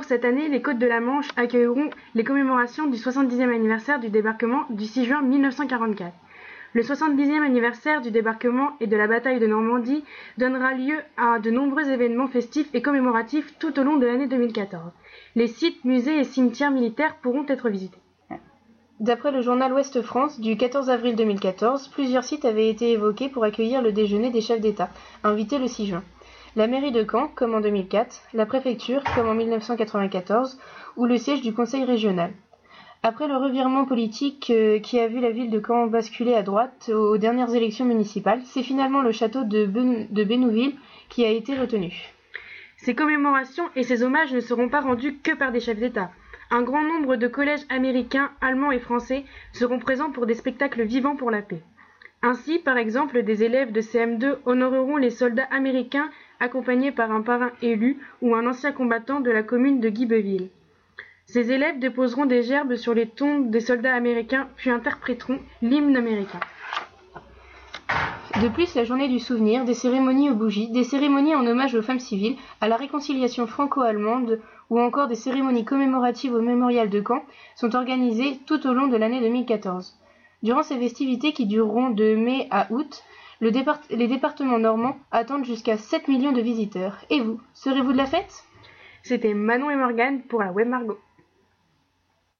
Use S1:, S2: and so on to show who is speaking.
S1: cette année, les Côtes de la Manche accueilleront les commémorations du 70e anniversaire du débarquement du 6 juin 1944. Le 70e anniversaire du débarquement et de la bataille de Normandie donnera lieu à de nombreux événements festifs et commémoratifs tout au long de l'année 2014. Les sites, musées et cimetières militaires pourront être visités.
S2: D'après le journal Ouest France du 14 avril 2014, plusieurs sites avaient été évoqués pour accueillir le déjeuner des chefs d'État, invités le 6 juin. La mairie de Caen, comme en 2004, la préfecture, comme en 1994, ou le siège du conseil régional. Après le revirement politique qui a vu la ville de Caen basculer à droite aux dernières élections municipales, c'est finalement le château de Bénouville qui a été retenu.
S1: Ces commémorations et ces hommages ne seront pas rendus que par des chefs d'État. Un grand nombre de collèges américains, allemands et français seront présents pour des spectacles vivants pour la paix. Ainsi, par exemple, des élèves de CM2 honoreront les soldats américains accompagnés par un parrain élu ou un ancien combattant de la commune de Guibeville. Ces élèves déposeront des gerbes sur les tombes des soldats américains puis interpréteront l'hymne américain.
S2: De plus, la journée du souvenir, des cérémonies aux bougies, des cérémonies en hommage aux femmes civiles, à la réconciliation franco-allemande ou encore des cérémonies commémoratives au mémorial de Caen sont organisées tout au long de l'année 2014. Durant ces festivités qui dureront de mai à août, les départements normands attendent jusqu'à 7 millions de visiteurs. Et vous, serez-vous de la fête ?
S1: C'était Manon et Morgane pour la Web Margot.